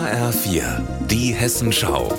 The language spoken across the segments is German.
HR4, die Hessenschau.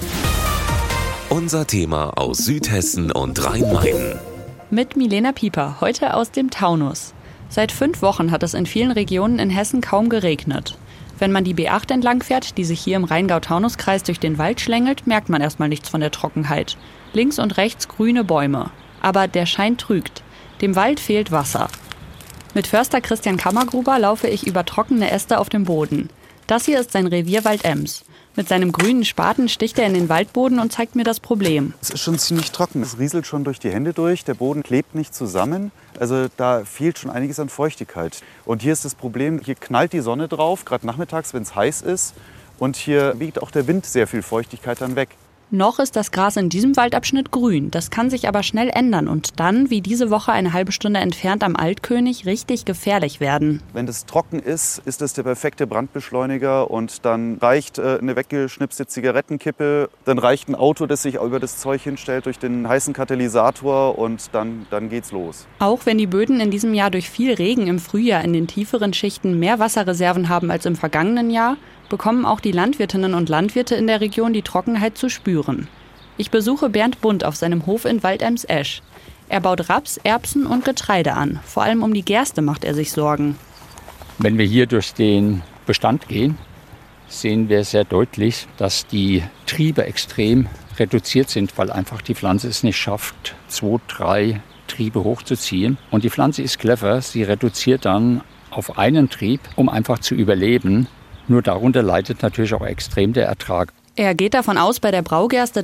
Unser Thema aus Südhessen und Rhein-Main. Mit Milena Pieper, heute aus dem Taunus. Seit 5 Wochen hat es in vielen Regionen in Hessen kaum geregnet. Wenn man die B8 entlang fährt, die sich hier im Rheingau-Taunus-Kreis durch den Wald schlängelt, merkt man erstmal nichts von der Trockenheit. Links und rechts grüne Bäume. Aber der Schein trügt. Dem Wald fehlt Wasser. Mit Förster Christian Kammergruber laufe ich über trockene Äste auf dem Boden. Das hier ist sein Revier Wald-Ems. Mit seinem grünen Spaten sticht er in den Waldboden und zeigt mir das Problem. Es ist schon ziemlich trocken. Es rieselt schon durch die Hände durch. Der Boden klebt nicht zusammen. Also da fehlt schon einiges an Feuchtigkeit. Und hier ist das Problem, hier knallt die Sonne drauf, gerade nachmittags, wenn es heiß ist. Und hier wiegt auch der Wind sehr viel Feuchtigkeit dann weg. Noch ist das Gras in diesem Waldabschnitt grün. Das kann sich aber schnell ändern und dann, wie diese Woche eine halbe Stunde entfernt am Altkönig, richtig gefährlich werden. Wenn es trocken ist, ist es der perfekte Brandbeschleuniger und dann reicht eine weggeschnipste Zigarettenkippe, dann reicht ein Auto, das sich über das Zeug hinstellt durch den heißen Katalysator und dann geht's los. Auch wenn die Böden in diesem Jahr durch viel Regen im Frühjahr in den tieferen Schichten mehr Wasserreserven haben als im vergangenen Jahr, bekommen auch die Landwirtinnen und Landwirte in der Region die Trockenheit zu spüren. Ich besuche Bernd Bundt auf seinem Hof in Wald-Ems-Esch. Er baut Raps, Erbsen und Getreide an. Vor allem um die Gerste macht er sich Sorgen. Wenn wir hier durch den Bestand gehen, sehen wir sehr deutlich, dass die Triebe extrem reduziert sind, weil einfach die Pflanze es nicht schafft, 2, 3 Triebe hochzuziehen. Und die Pflanze ist clever, sie reduziert dann auf einen Trieb, um einfach zu überleben. Nur darunter leidet natürlich auch extrem der Ertrag. Er geht davon aus, bei der Braugerste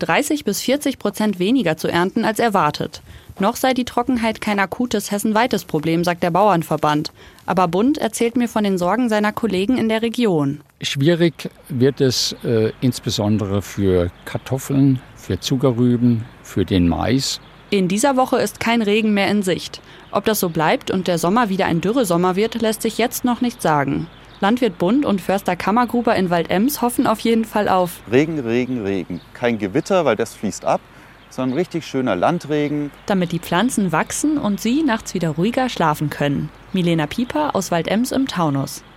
30-40% weniger zu ernten als erwartet. Noch sei die Trockenheit kein akutes hessenweites Problem, sagt der Bauernverband. Aber Bundt erzählt mir von den Sorgen seiner Kollegen in der Region. Schwierig wird es insbesondere für Kartoffeln, für Zuckerrüben, für den Mais. In dieser Woche ist kein Regen mehr in Sicht. Ob das so bleibt und der Sommer wieder ein Dürresommer wird, lässt sich jetzt noch nicht sagen. Landwirt Bundt und Förster Kammergruber in Wald-Ems hoffen auf jeden Fall auf Regen, Regen, Regen. Kein Gewitter, weil das fließt ab, sondern richtig schöner Landregen. Damit die Pflanzen wachsen und sie nachts wieder ruhiger schlafen können. Milena Pieper aus Wald-Ems im Taunus.